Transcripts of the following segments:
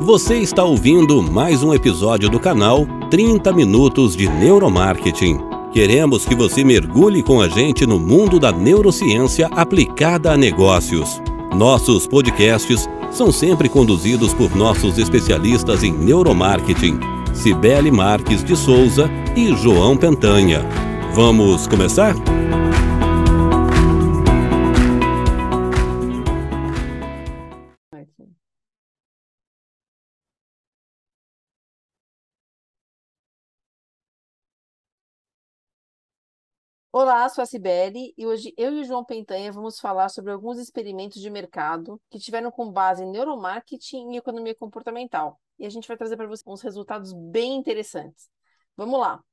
Você está ouvindo mais um episódio do canal 30 Minutos de Neuromarketing. Queremos que você mergulhe com a gente no mundo da neurociência aplicada a negócios. Nossos podcasts são sempre conduzidos por nossos especialistas em neuromarketing, Cibele Marques de Souza e João Pentanha. Vamos começar? Olá, sou a Cibele e hoje eu e o João Pentanha vamos falar sobre alguns experimentos de mercado que tiveram com base em neuromarketing e economia comportamental. E a gente vai trazer para você uns resultados bem interessantes. Vamos lá.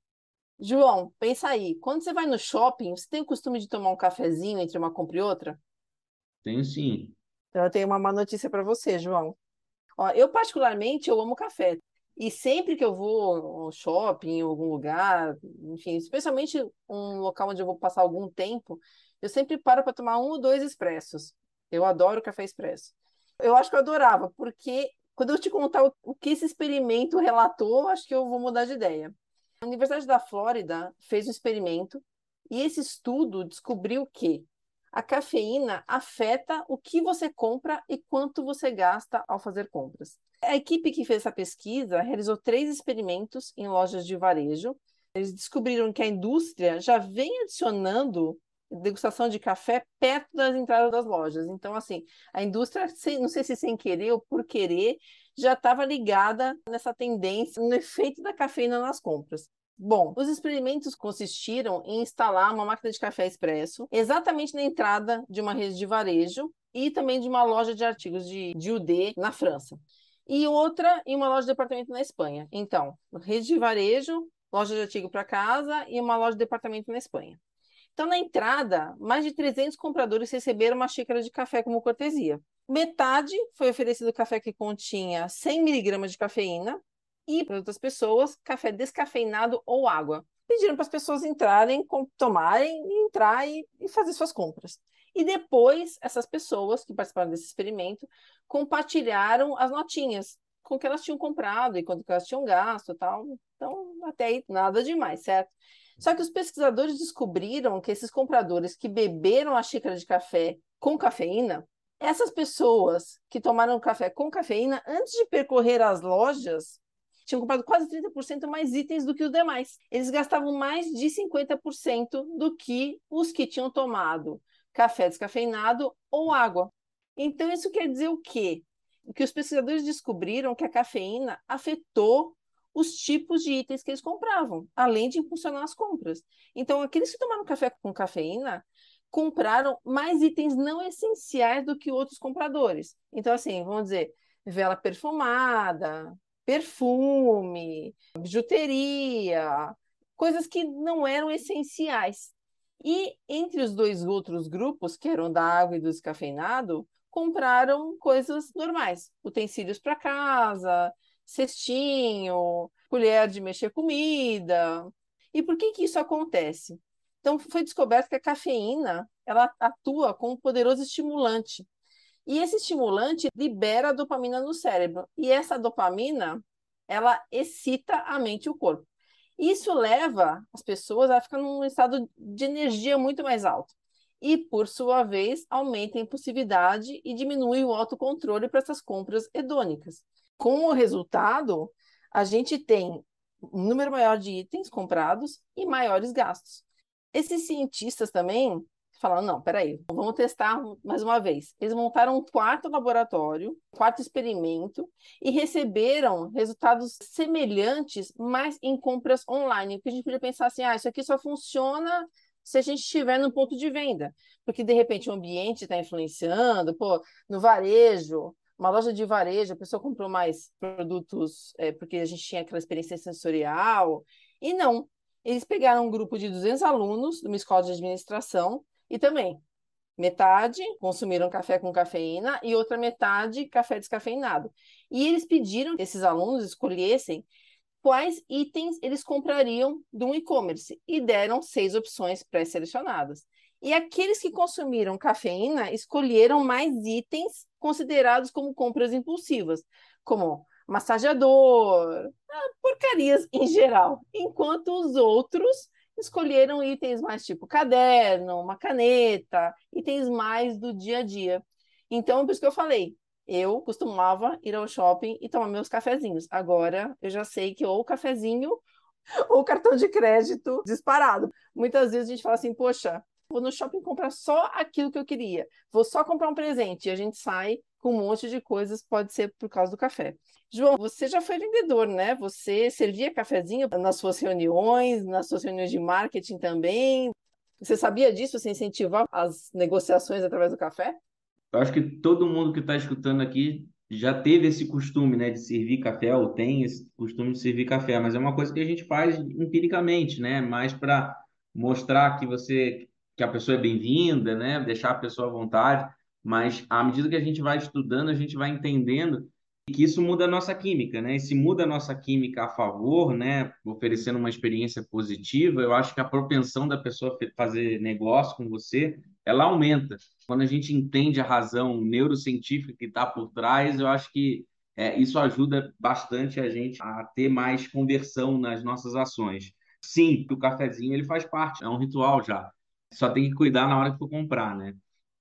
João, pensa aí, quando você vai no shopping, você tem o costume de tomar um cafezinho entre uma compra e outra? Tenho sim. Então, eu tenho uma má notícia para você, João. Ó, eu particularmente, eu amo café. E sempre que eu vou ao shopping, em algum lugar, enfim, especialmente um local onde eu vou passar algum tempo, eu sempre paro para tomar um ou dois expressos. Eu adoro café expresso. Eu acho que eu adorava, porque quando eu te contar o que esse experimento relatou, acho que eu vou mudar de ideia. A Universidade da Flórida fez um experimento e esse estudo descobriu que a cafeína afeta o que você compra e quanto você gasta ao fazer compras. A equipe que fez essa pesquisa realizou 3 experimentos em lojas de varejo. Eles descobriram que a indústria já vem adicionando degustação de café perto das entradas das lojas. Então, assim, a indústria, não sei se sem querer ou por querer, já estava ligada nessa tendência, no efeito da cafeína nas compras. Bom, os experimentos consistiram em instalar uma máquina de café expresso exatamente na entrada de uma rede de varejo e também de uma loja de artigos de UD na França. E outra em uma loja de departamento na Espanha. Então, rede de varejo, loja de artigo para casa e uma loja de departamento na Espanha. Então, na entrada, mais de 300 compradores receberam uma xícara de café como cortesia. Metade foi oferecido café que continha 100 miligramas de cafeína e, para outras pessoas, café descafeinado ou água. Pediram para as pessoas entrarem, tomarem, entrar e fazer suas compras. E depois, essas pessoas que participaram desse experimento compartilharam as notinhas com o que elas tinham comprado e quanto que elas tinham gasto e tal. Então, até aí, nada demais, certo? Só que os pesquisadores descobriram que esses compradores que beberam a xícara de café com cafeína, essas pessoas que tomaram café com cafeína, antes de percorrer as lojas, tinham comprado quase 30% mais itens do que os demais. Eles gastavam mais de 50% do que os que tinham tomado café descafeinado ou água. Então, isso quer dizer o quê? Que os pesquisadores descobriram que a cafeína afetou os tipos de itens que eles compravam, além de impulsionar as compras. Então, aqueles que tomaram café com cafeína compraram mais itens não essenciais do que outros compradores. Então, assim, vamos dizer, vela perfumada, perfume, bijuteria, coisas que não eram essenciais. E entre os dois outros grupos, que eram da água e do descafeinado, compraram coisas normais, utensílios para casa, cestinho, colher de mexer comida. E por que que isso acontece? Então, foi descoberto que a cafeína, ela atua como um poderoso estimulante. E esse estimulante libera a dopamina no cérebro. E essa dopamina, ela excita a mente e o corpo. Isso leva as pessoas a ficar num estado de energia muito mais alto. E, por sua vez, aumenta a impulsividade e diminui o autocontrole para essas compras hedônicas. Com o resultado, a gente tem um número maior de itens comprados e maiores gastos. Esses cientistas também falaram, não, peraí, vamos testar mais uma vez. Eles montaram um quarto laboratório, um quarto experimento, e receberam resultados semelhantes, mas em compras online. Porque a gente podia pensar assim, isso aqui só funciona se a gente estiver no ponto de venda. Porque, de repente, o ambiente está influenciando, no varejo, uma loja de varejo, a pessoa comprou mais produtos porque a gente tinha aquela experiência sensorial. E não, eles pegaram um grupo de 200 alunos de uma escola de administração e também metade consumiram café com cafeína e outra metade café descafeinado. E eles pediram que esses alunos escolhessem quais itens eles comprariam de um e-commerce e deram 6 opções pré-selecionadas. E aqueles que consumiram cafeína escolheram mais itens considerados como compras impulsivas, como massageador, porcarias em geral, enquanto os outros escolheram itens mais tipo caderno, uma caneta, itens mais do dia a dia. Então, por isso que eu falei, eu costumava ir ao shopping e tomar meus cafezinhos. Agora eu já sei que ou o cafezinho ou o cartão de crédito disparado. Muitas vezes a gente fala assim, poxa, vou no shopping comprar só aquilo que eu queria, vou só comprar um presente, e a gente sai com um monte de coisas, pode ser por causa do café. João, você já foi vendedor, né? Você servia cafezinho nas suas reuniões de marketing também. Você sabia disso? Você incentivava as negociações através do café? Eu acho que todo mundo que está escutando aqui já teve esse costume, né, de servir café, ou tem esse costume de servir café, mas é uma coisa que a gente faz empiricamente, né, mais para mostrar que a pessoa é bem-vinda, né, deixar a pessoa à vontade, mas à medida que a gente vai estudando, a gente vai entendendo que isso muda a nossa química, né, e se muda a nossa química a favor, né, oferecendo uma experiência positiva, eu acho que a propensão da pessoa fazer negócio com você, ela aumenta. Quando a gente entende a razão neurocientífica que está por trás, eu acho que isso ajuda bastante a gente a ter mais conversão nas nossas ações. Sim, o cafezinho ele faz parte, é um ritual já. Só tem que cuidar na hora que for comprar, né?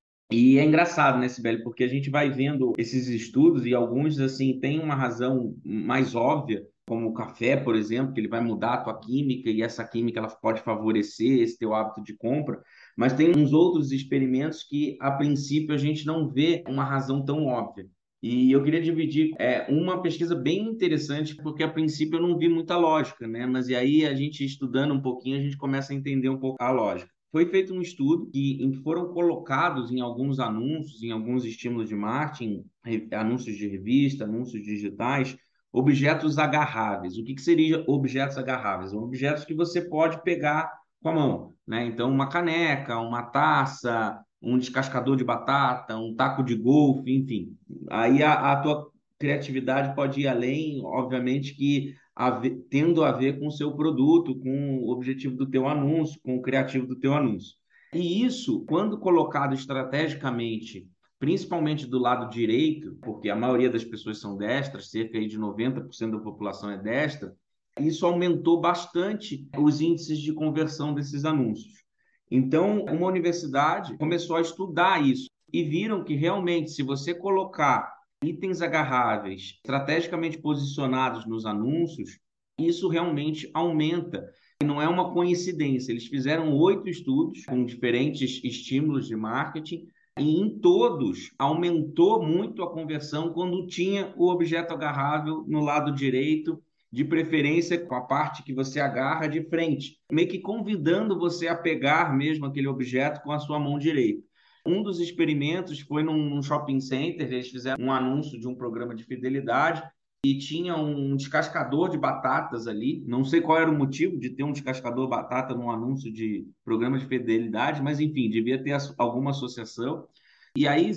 E é engraçado, né, Sibeli, porque a gente vai vendo esses estudos e alguns, assim, têm uma razão mais óbvia, como o café, por exemplo, que ele vai mudar a tua química e essa química ela pode favorecer esse teu hábito de compra, mas tem uns outros experimentos que, a princípio, a gente não vê uma razão tão óbvia. E eu queria dividir uma pesquisa bem interessante, porque a princípio eu não vi muita lógica, né? Mas e aí a gente estudando um pouquinho, a gente começa a entender um pouco a lógica. Foi feito um estudo em que foram colocados em alguns anúncios, em alguns estímulos de marketing, anúncios de revista, anúncios digitais, objetos agarráveis. O que seria objetos agarráveis? São objetos que você pode pegar com a mão, né? Então, uma caneca, uma taça, um descascador de batata, um taco de golfe, enfim. Aí a tua criatividade pode ir além, obviamente que tendo a ver com o seu produto, com o objetivo do teu anúncio, com o criativo do teu anúncio. E isso, quando colocado estrategicamente, principalmente do lado direito, porque a maioria das pessoas são destras, cerca de 90% da população é destra, isso aumentou bastante os índices de conversão desses anúncios. Então, uma universidade começou a estudar isso e viram que realmente, se você colocar itens agarráveis estrategicamente posicionados nos anúncios, isso realmente aumenta. E não é uma coincidência. Eles fizeram 8 estudos com diferentes estímulos de marketing e em todos aumentou muito a conversão quando tinha o objeto agarrável no lado direito, de preferência com a parte que você agarra de frente, meio que convidando você a pegar mesmo aquele objeto com a sua mão direita. Um dos experimentos foi num shopping center, eles fizeram um anúncio de um programa de fidelidade e tinha um descascador de batatas ali. Não sei qual era o motivo de ter um descascador de batata num anúncio de programa de fidelidade, mas enfim, devia ter alguma associação. E aí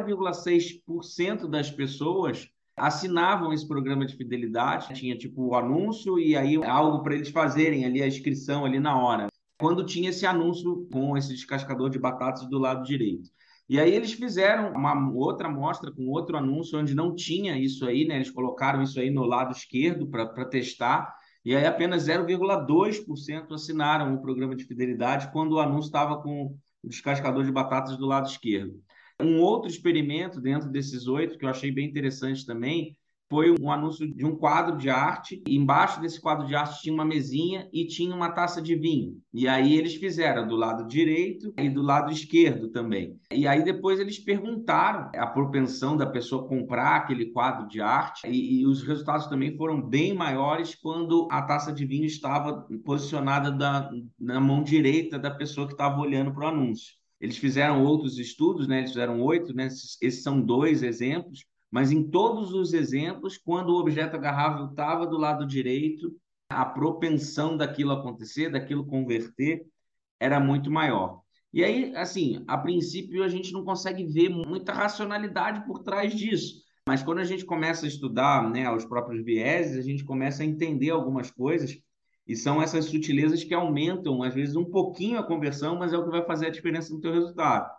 0,6% das pessoas assinavam esse programa de fidelidade, tinha tipo o anúncio e aí algo para eles fazerem ali a inscrição ali na hora quando tinha esse anúncio com esse descascador de batatas do lado direito. E aí eles fizeram uma outra amostra com outro anúncio onde não tinha isso aí, né? Eles colocaram isso aí no lado esquerdo para testar, e aí apenas 0,2% assinaram o programa de fidelidade quando o anúncio estava com o descascador de batatas do lado esquerdo. Um outro experimento dentro desses 8, que eu achei bem interessante também, foi um anúncio de um quadro de arte. E embaixo desse quadro de arte tinha uma mesinha e tinha uma taça de vinho. E aí eles fizeram do lado direito e do lado esquerdo também. E aí depois eles perguntaram a propensão da pessoa comprar aquele quadro de arte e os resultados também foram bem maiores quando a taça de vinho estava posicionada na mão direita da pessoa que estava olhando para o anúncio. Eles fizeram outros estudos, né? Eles fizeram 8, né? Esses são 2 exemplos. Mas em todos os exemplos, quando o objeto agarrável estava do lado direito, a propensão daquilo acontecer, daquilo converter, era muito maior. E aí, assim, a princípio a gente não consegue ver muita racionalidade por trás disso. Mas quando a gente começa a estudar, né, os próprios vieses, a gente começa a entender algumas coisas e são essas sutilezas que aumentam, às vezes, um pouquinho a conversão, mas é o que vai fazer a diferença no teu resultado.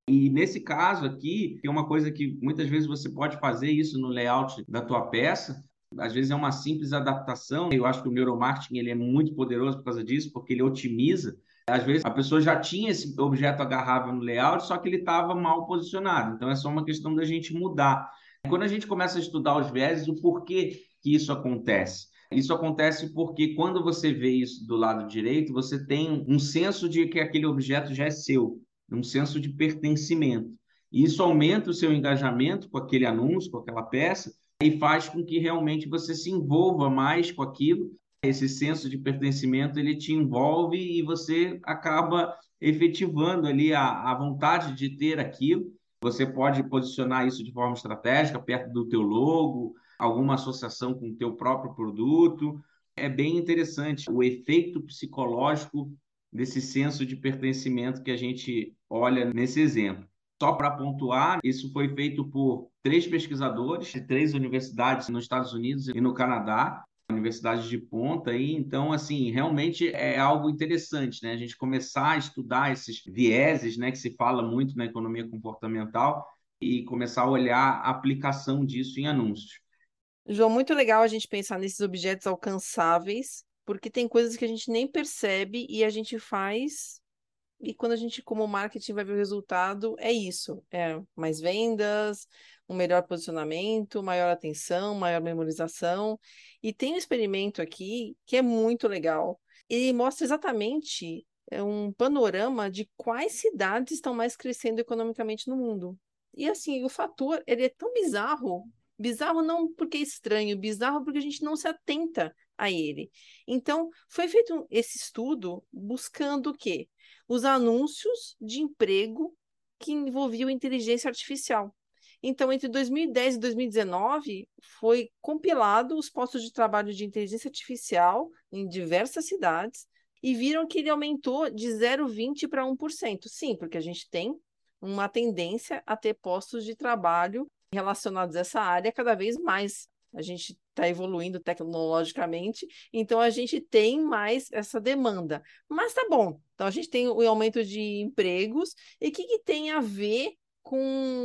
E nesse caso aqui, tem uma coisa que muitas vezes você pode fazer isso no layout da tua peça. Às vezes é uma simples adaptação. Eu acho que o neuromarketing ele é muito poderoso por causa disso, porque ele otimiza. Às vezes a pessoa já tinha esse objeto agarrável no layout, só que ele estava mal posicionado. Então é só uma questão da gente mudar. Quando a gente começa a estudar os vieses, o porquê que isso acontece? Isso acontece porque quando você vê isso do lado direito, você tem um senso de que aquele objeto já é seu, um senso de pertencimento. E isso aumenta o seu engajamento com aquele anúncio, com aquela peça, e faz com que realmente você se envolva mais com aquilo. Esse senso de pertencimento, ele te envolve e você acaba efetivando ali a vontade de ter aquilo. Você pode posicionar isso de forma estratégica, perto do teu logo, alguma associação com o teu próprio produto. É bem interessante o efeito psicológico desse senso de pertencimento que a gente olha nesse exemplo. Só para pontuar, isso foi feito por 3 pesquisadores de 3 universidades nos Estados Unidos e no Canadá, universidades de ponta aí. Então, assim, realmente é algo interessante, né? A gente começar a estudar esses vieses, né, que se fala muito na economia comportamental e começar a olhar a aplicação disso em anúncios. João, muito legal a gente pensar nesses objetos alcançáveis, porque tem coisas que a gente nem percebe e a gente faz. E quando a gente, como marketing, vai ver o resultado, é isso: é mais vendas, um melhor posicionamento, maior atenção, maior memorização. E tem um experimento aqui que é muito legal. Ele mostra exatamente um panorama de quais cidades estão mais crescendo economicamente no mundo. E assim, o fator, ele é tão bizarro. Bizarro não porque é estranho, bizarro porque a gente não se atenta a ele. Então, foi feito esse estudo buscando o quê? Os anúncios de emprego que envolviam inteligência artificial. Então, entre 2010 e 2019, foi compilado os postos de trabalho de inteligência artificial em diversas cidades e viram que ele aumentou de 0,20 para 1%. Sim, porque a gente tem uma tendência a ter postos de trabalho relacionados a essa área cada vez mais. A gente está evoluindo tecnologicamente, então a gente tem mais essa demanda. Mas tá bom. Então a gente tem o aumento de empregos. E o que tem a ver com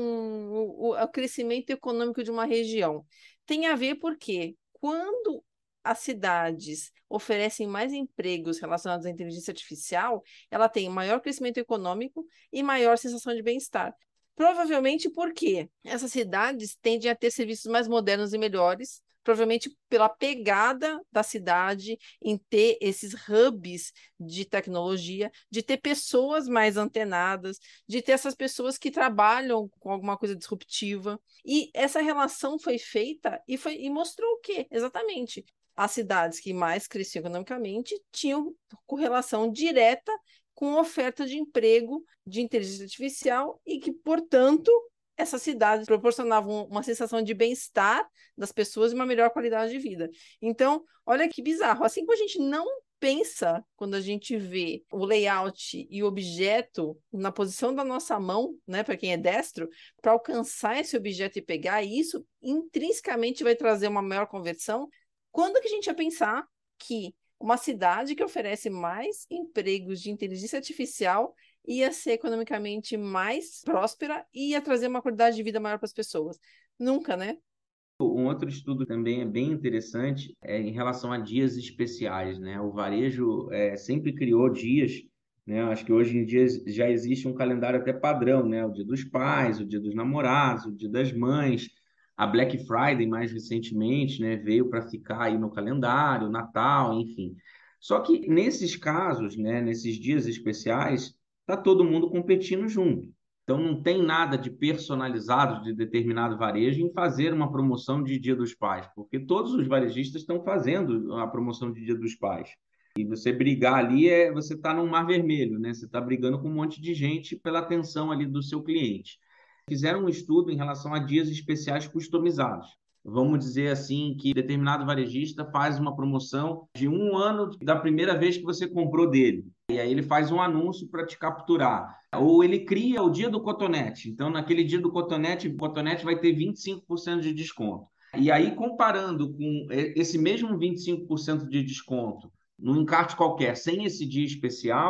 o crescimento econômico de uma região? Tem a ver porque quando as cidades oferecem mais empregos relacionados à inteligência artificial, ela tem maior crescimento econômico e maior sensação de bem-estar. Provavelmente porque essas cidades tendem a ter serviços mais modernos e melhores, provavelmente pela pegada da cidade em ter esses hubs de tecnologia, de ter pessoas mais antenadas, de ter essas pessoas que trabalham com alguma coisa disruptiva. E essa relação foi feita e mostrou o quê? Exatamente. As cidades que mais cresciam economicamente tinham correlação direta com oferta de emprego de inteligência artificial e que, portanto, essas cidades proporcionavam uma sensação de bem-estar das pessoas e uma melhor qualidade de vida. Então, olha que bizarro. Assim como a gente não pensa quando a gente vê o layout e o objeto na posição da nossa mão, né, para quem é destro, para alcançar esse objeto e pegar, e isso intrinsecamente vai trazer uma maior conversão. Quando que a gente ia pensar que uma cidade que oferece mais empregos de inteligência artificial ia ser economicamente mais próspera e ia trazer uma qualidade de vida maior para as pessoas? Nunca, né? Um outro estudo também é bem interessante em relação a dias especiais, né? O varejo sempre criou dias, né? Acho que hoje em dia já existe um calendário até padrão, né? O Dia dos Pais, o Dia dos Namorados, o Dia das Mães, a Black Friday mais recentemente, né? Veio para ficar aí no calendário, Natal, enfim. Só que nesses casos, né? Nesses dias especiais, tá todo mundo competindo junto. Então, não tem nada de personalizado de determinado varejo em fazer uma promoção de Dia dos Pais, porque todos os varejistas estão fazendo a promoção de Dia dos Pais. E você brigar ali, você está num mar vermelho, né? Você está brigando com um monte de gente pela atenção ali do seu cliente. Fizeram um estudo em relação a dias especiais customizados. Vamos dizer assim que determinado varejista faz uma promoção de 1 ano da primeira vez que você comprou dele. E aí ele faz um anúncio para te capturar. Ou ele cria o dia do cotonete. Então, naquele dia do cotonete, o cotonete vai ter 25% de desconto. E aí, comparando com esse mesmo 25% de desconto num encarte qualquer, sem esse dia especial,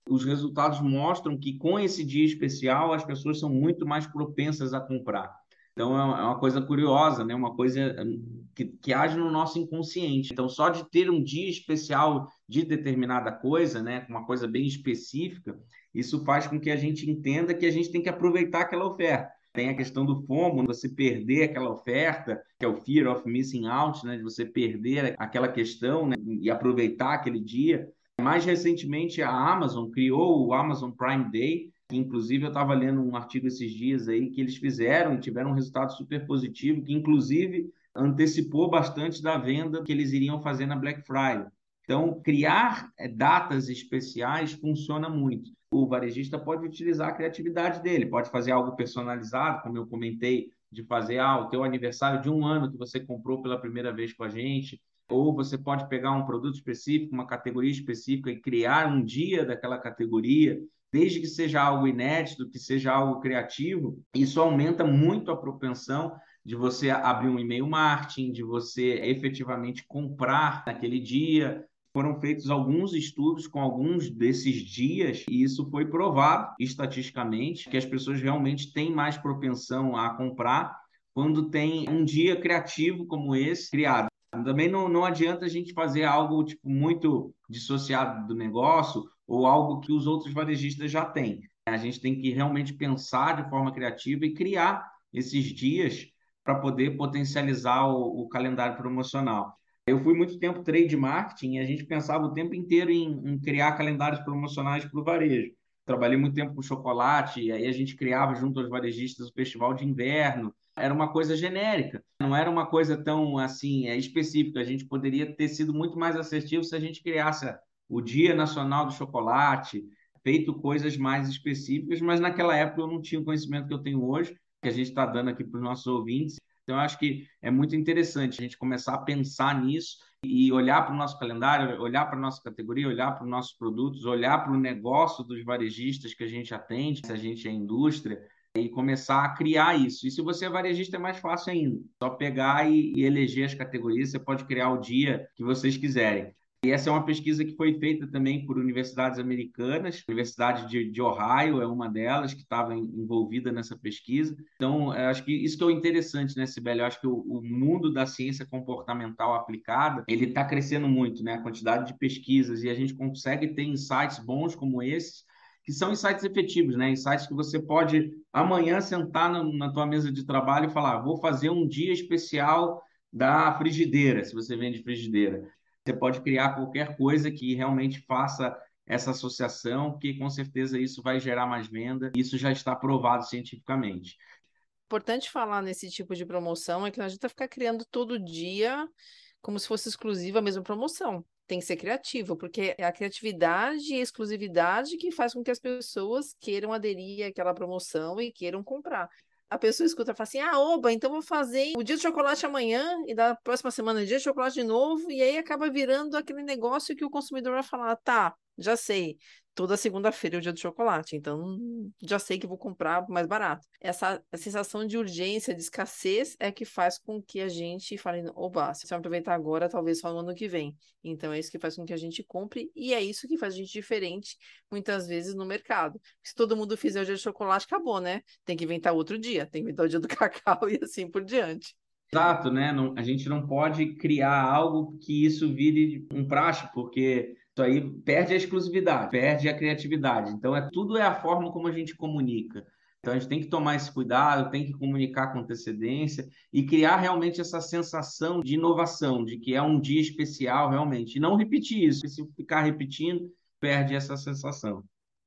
os resultados mostram que com esse dia especial as pessoas são muito mais propensas a comprar. Então é uma coisa curiosa, né? Uma coisa que age no nosso inconsciente. Então só de ter um dia especial de determinada coisa, né? Uma coisa bem específica, isso faz com que a gente entenda que a gente tem que aproveitar aquela oferta. Tem a questão do FOMO, você perder aquela oferta, que é o Fear of Missing Out, né? De você perder aquela questão, né? E aproveitar aquele dia. Mais recentemente, a Amazon criou o Amazon Prime Day, que inclusive eu estava lendo um artigo esses dias aí que eles fizeram e tiveram um resultado super positivo, que inclusive antecipou bastante da venda que eles iriam fazer na Black Friday. Então, criar datas especiais funciona muito. O varejista pode utilizar a criatividade dele, pode fazer algo personalizado, como eu comentei, de fazer o teu aniversário de 1 ano que você comprou pela primeira vez com a gente, ou você pode pegar um produto específico, uma categoria específica e criar um dia daquela categoria, desde que seja algo inédito, que seja algo criativo. Isso aumenta muito a propensão de você abrir um e-mail marketing, de você efetivamente comprar naquele dia. Foram feitos alguns estudos com alguns desses dias e isso foi provado estatisticamente que as pessoas realmente têm mais propensão a comprar quando tem um dia criativo como esse criado. Também não adianta a gente fazer algo tipo, muito dissociado do negócio ou algo que os outros varejistas já têm. A gente tem que realmente pensar de forma criativa e criar esses dias para poder potencializar o calendário promocional. Eu fui muito tempo trade marketing e a gente pensava o tempo inteiro em criar calendários promocionais para o varejo. Trabalhei muito tempo com chocolate, e aí a gente criava junto aos varejistas o festival de inverno. Era uma coisa genérica, não era uma coisa tão assim específica. A gente poderia ter sido muito mais assertivo se a gente criasse o Dia Nacional do Chocolate, feito coisas mais específicas, mas naquela época eu não tinha o conhecimento que eu tenho hoje, que a gente está dando aqui para os nossos ouvintes. Então, eu acho que é muito interessante a gente começar a pensar nisso e olhar para o nosso calendário, olhar para a nossa categoria, olhar para os nossos produtos, olhar para o negócio dos varejistas que a gente atende, se a gente é indústria, e começar a criar isso. E se você é varejista, é mais fácil ainda. Só pegar e eleger as categorias, você pode criar o dia que vocês quiserem. E essa é uma pesquisa que foi feita também por universidades americanas. A Universidade de Ohio é uma delas que estava envolvida nessa pesquisa. Então, acho que isso que é o interessante, né, Sibeli? Eu acho que o mundo da ciência comportamental aplicada, ele está crescendo muito, né? A quantidade de pesquisas e a gente consegue ter insights bons como esses, que são insights efetivos, né? Insights que você pode amanhã sentar na tua mesa de trabalho e falar, vou fazer um dia especial da frigideira, se você vende frigideira. Você pode criar qualquer coisa que realmente faça essa associação, que com certeza isso vai gerar mais venda. Isso já está provado cientificamente. Importante falar nesse tipo de promoção é que não adianta ficar criando todo dia como se fosse exclusiva a mesma promoção. Tem que ser criativo, porque é a criatividade e a exclusividade que faz com que as pessoas queiram aderir àquela promoção e queiram comprar. A pessoa escuta e fala assim: ah, oba, então vou fazer o dia de chocolate amanhã e da próxima semana dia de chocolate de novo, e aí acaba virando aquele negócio que o consumidor vai falar: tá, já sei, toda segunda-feira é o dia do chocolate, então já sei que vou comprar mais barato. Essa sensação de urgência, de escassez é que faz com que a gente fale: oba, se eu aproveitar agora, talvez só no ano que vem. Então é isso que faz com que a gente compre e é isso que faz a gente diferente muitas vezes no mercado. Se todo mundo fizer o dia de chocolate, acabou, né? Tem que inventar outro dia, tem que inventar o dia do cacau e assim por diante. Exato, né? A gente não pode criar algo que isso vire um praxe, porque isso aí perde a exclusividade, perde a criatividade. Então, tudo é a forma como a gente comunica. Então, a gente tem que tomar esse cuidado, tem que comunicar com antecedência e criar realmente essa sensação de inovação, de que é um dia especial realmente. E não repetir isso, porque se ficar repetindo, perde essa sensação.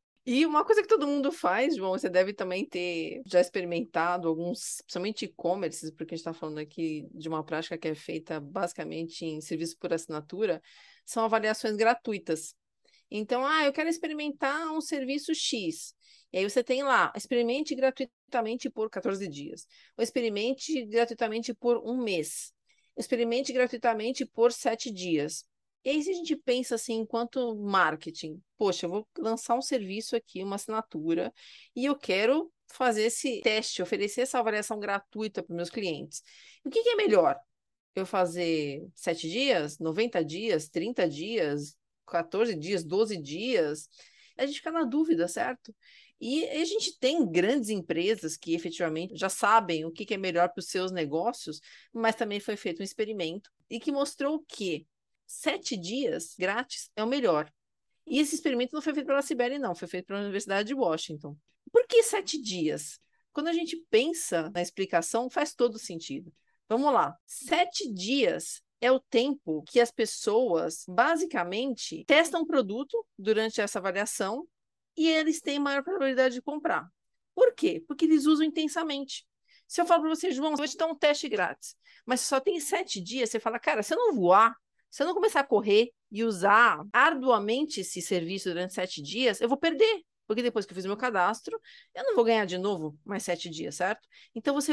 E uma coisa que todo mundo faz, João, você deve também ter já experimentado alguns, principalmente e-commerces, porque a gente está falando aqui de uma prática que é feita basicamente em serviço por assinatura, são avaliações gratuitas. Então, eu quero experimentar um serviço X. E aí você tem lá, experimente gratuitamente por 14 dias. Ou experimente gratuitamente por um mês. Experimente gratuitamente por 7 dias. E aí, se a gente pensa assim, enquanto marketing, poxa, eu vou lançar um serviço aqui, uma assinatura, e eu quero fazer esse teste, oferecer essa avaliação gratuita para os meus clientes. O que é melhor? Eu fazer 7 dias, 90 dias, 30 dias, 14 dias, 12 dias? a gente fica na dúvida, certo? E a gente tem grandes empresas que efetivamente já sabem o que é melhor para os seus negócios, mas também foi feito um experimento e que mostrou que 7 dias grátis é o melhor. E esse experimento não foi feito pela Sibeli, não, foi feito pela Universidade de Washington. Por que 7 dias? Quando a gente pensa na explicação, faz todo sentido. Vamos lá. 7 dias é o tempo que as pessoas, basicamente, testam o produto durante essa avaliação e eles têm maior probabilidade de comprar. Por quê? Porque eles usam intensamente. Se eu falo para você, João, eu vou te dar um teste grátis, mas só tem 7 dias, você fala, cara, se eu não voar, se eu não começar a correr e usar arduamente esse serviço durante 7 dias, eu vou perder. Porque depois que eu fiz o meu cadastro, eu não vou ganhar de novo mais 7 dias, certo? Então você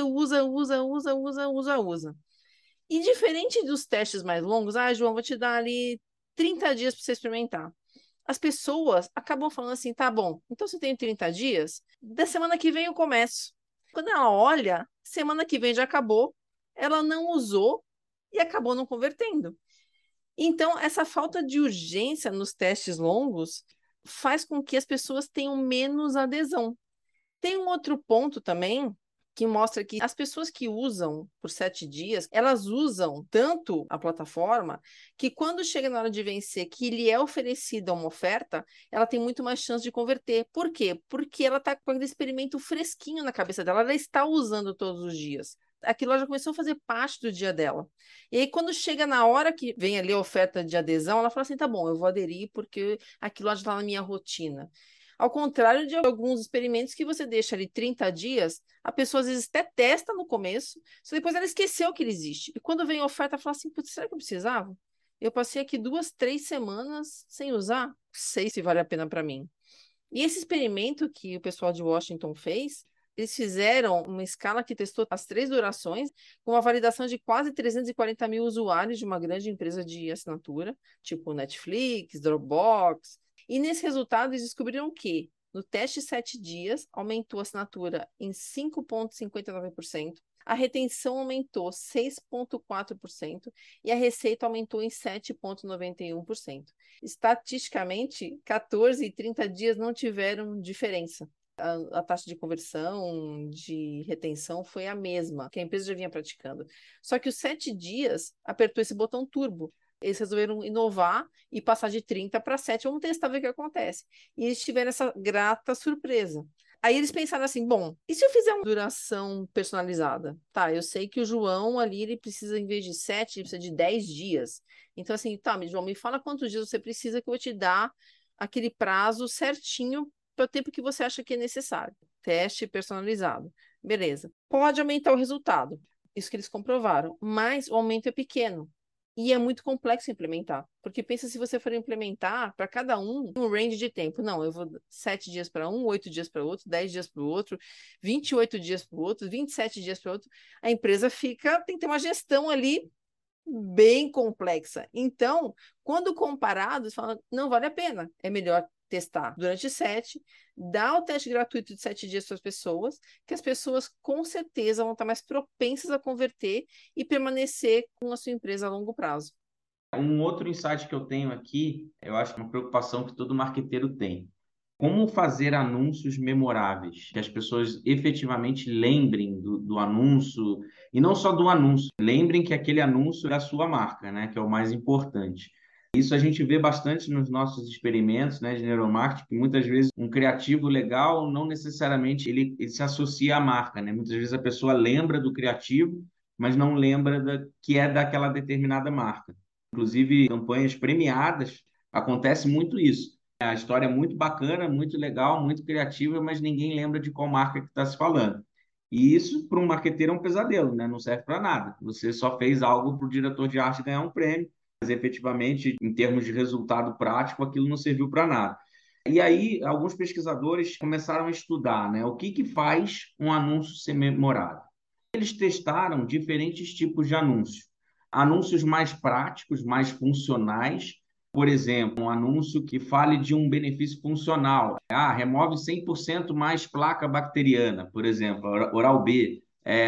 usa. E diferente dos testes mais longos, João, vou te dar ali 30 dias para você experimentar. As pessoas acabam falando assim, tá bom, então se eu tenho 30 dias, da semana que vem eu começo. Quando ela olha, semana que vem já acabou, ela não usou e acabou não convertendo. Então, essa falta de urgência nos testes longos faz com que as pessoas tenham menos adesão. Tem um outro ponto também que mostra que as pessoas que usam por 7 dias, elas usam tanto a plataforma que quando chega na hora de vencer, que lhe é oferecida uma oferta, ela tem muito mais chance de converter. Por quê? Porque ela está com aquele experimento fresquinho na cabeça dela, ela está usando todos os dias. Aquilo já começou a fazer parte do dia dela. E aí, quando chega na hora que vem ali a oferta de adesão, ela fala assim: tá bom, eu vou aderir porque aquilo já está na minha rotina. Ao contrário de alguns experimentos que você deixa ali 30 dias, a pessoa às vezes até testa no começo, só depois ela esqueceu que ele existe. E quando vem a oferta, ela fala assim: putz, será que eu precisava? Eu passei aqui 2, 3 semanas sem usar, não sei se vale a pena para mim. E esse experimento que o pessoal de Washington fez, eles fizeram uma escala que testou as 3 durações, com uma validação de quase 340 mil usuários de uma grande empresa de assinatura, tipo Netflix, Dropbox. E nesse resultado, eles descobriram que no teste 7 dias, aumentou a assinatura em 5,59%, a retenção aumentou 6,4% e a receita aumentou em 7,91%. Estatisticamente, 14 e 30 dias não tiveram diferença. A taxa de conversão, de retenção foi a mesma, que a empresa já vinha praticando. Só que os 7 dias apertou esse botão turbo. Eles resolveram inovar e passar de 30 para 7. Vamos testar, ver o que acontece. E eles tiveram essa grata surpresa. Aí eles pensaram assim, bom, e se eu fizer uma duração personalizada? Tá, eu sei que o João ali, ele precisa, em vez de 7, ele precisa de 10 dias. Então assim, tá, João, me fala quantos dias você precisa que eu vou te dar aquele prazo certinho para o tempo que você acha que é necessário. Teste personalizado. Beleza. Pode aumentar o resultado. Isso que eles comprovaram. Mas o aumento é pequeno. E é muito complexo implementar. Porque pensa se você for implementar para cada um range de tempo. Não, eu vou 7 dias para um, 8 dias para outro, 10 dias para o outro, 28 dias para o outro, 27 dias para o outro. A empresa tem que ter uma gestão ali bem complexa. Então, quando comparados, fala, não vale a pena. É melhor testar durante 7, dar o teste gratuito de 7 dias para as pessoas, que as pessoas com certeza vão estar mais propensas a converter e permanecer com a sua empresa a longo prazo. Um outro insight que eu tenho aqui, eu acho que é uma preocupação que todo marqueteiro tem. Como fazer anúncios memoráveis, que as pessoas efetivamente lembrem do anúncio, e não só do anúncio, lembrem que aquele anúncio é a sua marca, né, que é o mais importante. Isso a gente vê bastante nos nossos experimentos, né, de neuromarketing, que muitas vezes um criativo legal não necessariamente ele se associa à marca, né? Muitas vezes a pessoa lembra do criativo, mas não lembra que é daquela determinada marca. Inclusive, campanhas premiadas, acontece muito isso. A história é muito bacana, muito legal, muito criativa, mas ninguém lembra de qual marca que está se falando. E isso, para um marqueteiro, é um pesadelo, né? Não serve para nada. Você só fez algo para o diretor de arte ganhar um prêmio, mas efetivamente, em termos de resultado prático, aquilo não serviu para nada. E aí, alguns pesquisadores começaram a estudar, né? O que faz um anúncio ser memorável. Eles testaram diferentes tipos de anúncios. Anúncios mais práticos, mais funcionais, por exemplo, um anúncio que fale de um benefício funcional. Remove 100% mais placa bacteriana, por exemplo, Oral-B.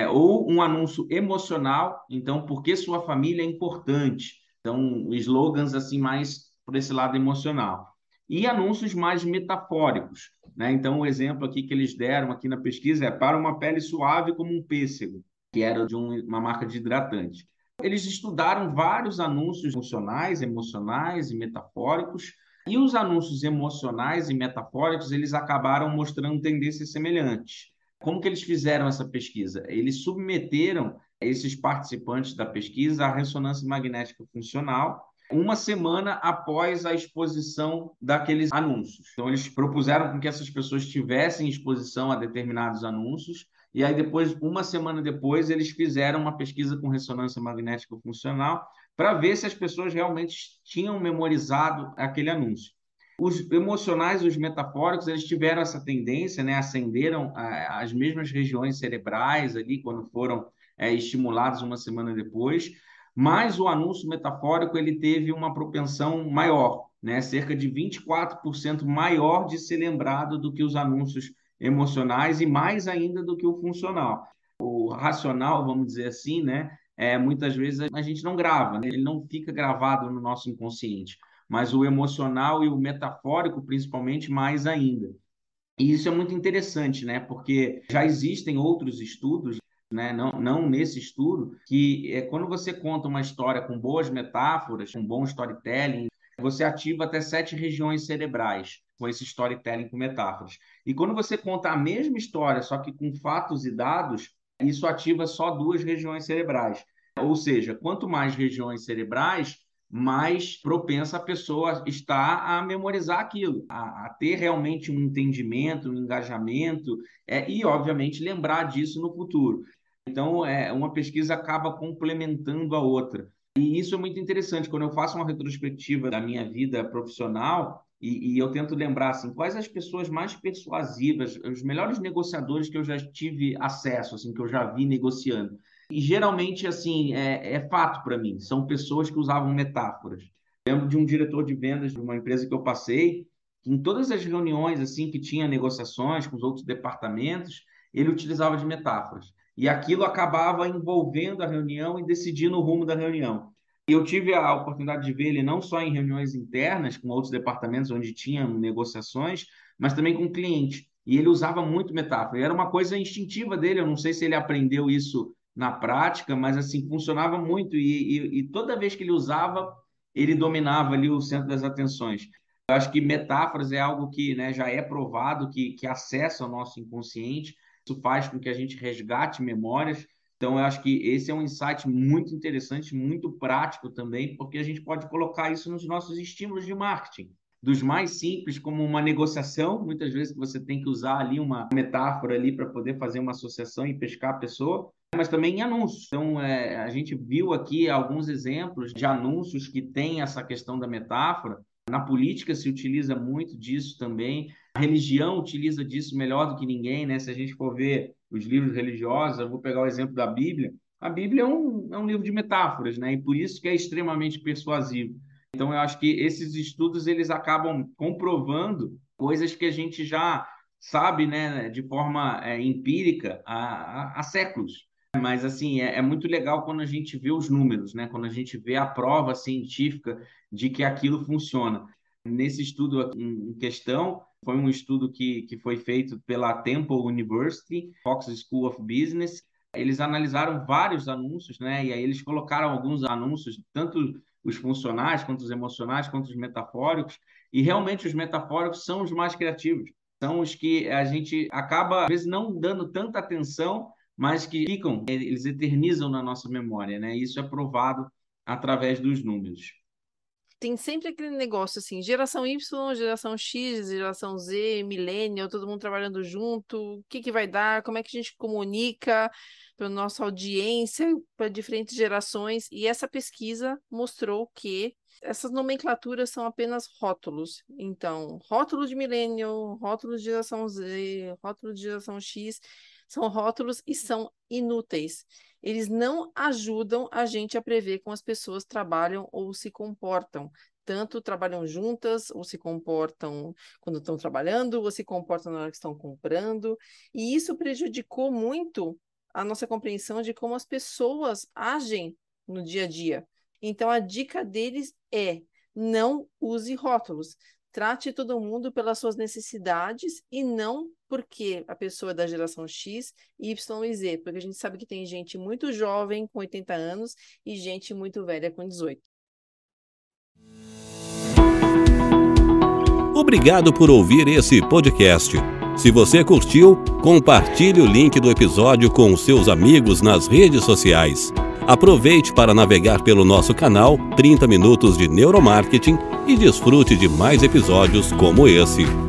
Ou um anúncio emocional, então, porque sua família é importante. Então, slogans assim mais por esse lado emocional. e anúncios mais metafóricos, né? Então, o exemplo aqui que eles deram aqui na pesquisa é para uma pele suave como um pêssego, que era de uma marca de hidratante. Eles estudaram vários anúncios funcionais, emocionais e metafóricos, e os anúncios emocionais e metafóricos, eles acabaram mostrando tendências semelhantes. Como que eles fizeram essa pesquisa? Eles submeteram esses participantes da pesquisa à ressonância magnética funcional uma semana após a exposição daqueles anúncios. Então, eles propuseram com que essas pessoas tivessem exposição a determinados anúncios, e aí depois, uma semana depois, eles fizeram uma pesquisa com ressonância magnética funcional para ver se as pessoas realmente tinham memorizado aquele anúncio. Os emocionais, os metafóricos, eles tiveram essa tendência, né? Acenderam as mesmas regiões cerebrais ali quando foram estimulados uma semana depois, mas o anúncio metafórico ele teve uma propensão maior, né? Cerca de 24% maior de ser lembrado do que os anúncios emocionais e mais ainda do que o funcional. O racional, vamos dizer assim, né? Muitas vezes a gente não grava, né? Ele não fica gravado no nosso inconsciente, mas o emocional e o metafórico, principalmente, mais ainda. E isso é muito interessante, né? Porque já existem outros estudos, né? Não nesse estudo, que quando você conta uma história com boas metáforas, com bom storytelling, você ativa até 7 regiões cerebrais com esse storytelling com metáforas. E quando você conta a mesma história, só que com fatos e dados, isso ativa só 2 regiões cerebrais. Ou seja, quanto mais regiões cerebrais, mais propensa a pessoa está a memorizar aquilo, a ter realmente um entendimento, um engajamento, e, obviamente, lembrar disso no futuro. Então, uma pesquisa acaba complementando a outra. E isso é muito interessante. Quando eu faço uma retrospectiva da minha vida profissional, e eu tento lembrar assim, quais as pessoas mais persuasivas, os melhores negociadores que eu já tive acesso, assim, que eu já vi negociando. E geralmente, assim, é fato para mim, são pessoas que usavam metáforas. Lembro de um diretor de vendas de uma empresa que eu passei, que em todas as reuniões, assim, que tinha negociações com os outros departamentos, ele utilizava de metáforas. E aquilo acabava envolvendo a reunião e decidindo o rumo da reunião. E eu tive a oportunidade de ver ele não só em reuniões internas com outros departamentos onde tinham negociações, mas também com cliente. E ele usava muito metáfora. E era uma coisa instintiva dele, eu não sei se ele aprendeu isso na prática, mas assim, funcionava muito. E toda vez que ele usava, ele dominava ali o centro das atenções. Eu acho que metáforas é algo que, né, já é provado que acessa o nosso inconsciente. Isso faz com que a gente resgate memórias. Então, eu acho que esse é um insight muito interessante, muito prático também, porque a gente pode colocar isso nos nossos estímulos de marketing. Dos mais simples, como uma negociação, muitas vezes você tem que usar ali uma metáfora ali para poder fazer uma associação e pescar a pessoa, mas também em anúncios. Então, a gente viu aqui alguns exemplos de anúncios que têm essa questão da metáfora. Na política se utiliza muito disso também. A religião utiliza disso melhor do que ninguém, né? Se a gente for ver os livros religiosos, eu vou pegar o exemplo da Bíblia. A Bíblia é um livro de metáforas, né? E por isso que é extremamente persuasivo. Então, eu acho que esses estudos eles acabam comprovando coisas que a gente já sabe, né, de forma empírica há séculos. Mas, assim, é muito legal quando a gente vê os números, né? Quando a gente vê a prova científica de que aquilo funciona. Nesse estudo aqui em questão, foi um estudo que foi feito pela Temple University, Fox School of Business. Eles analisaram vários anúncios, né? E aí eles colocaram alguns anúncios, tanto os funcionais, quanto os emocionais, quanto os metafóricos. E realmente os metafóricos são os mais criativos. São os que a gente acaba, às vezes, não dando tanta atenção, mas que ficam, eles eternizam na nossa memória, né? Isso é provado através dos números. Tem sempre aquele negócio assim, geração Y, geração X, geração Z, millennial, todo mundo trabalhando junto, o que que vai dar, como é que a gente comunica para nossa audiência, para diferentes gerações, e essa pesquisa mostrou que essas nomenclaturas são apenas rótulos. Então, rótulo de millennial, rótulo de geração Z, rótulo de geração X, são rótulos e são inúteis. Eles não ajudam a gente a prever como as pessoas trabalham ou se comportam. Tanto trabalham juntas, ou se comportam quando estão trabalhando, ou se comportam na hora que estão comprando. E isso prejudicou muito a nossa compreensão de como as pessoas agem no dia a dia. Então, a dica deles é: não use rótulos. trate todo mundo pelas suas necessidades e não porque a pessoa é da geração X, Y e Z, porque a gente sabe que tem gente muito jovem com 80 anos e gente muito velha com 18. Obrigado por ouvir esse podcast. Se você curtiu, compartilhe o link do episódio com seus amigos nas redes sociais. Aproveite para navegar pelo nosso canal 30 Minutos de Neuromarketing e desfrute de mais episódios como esse.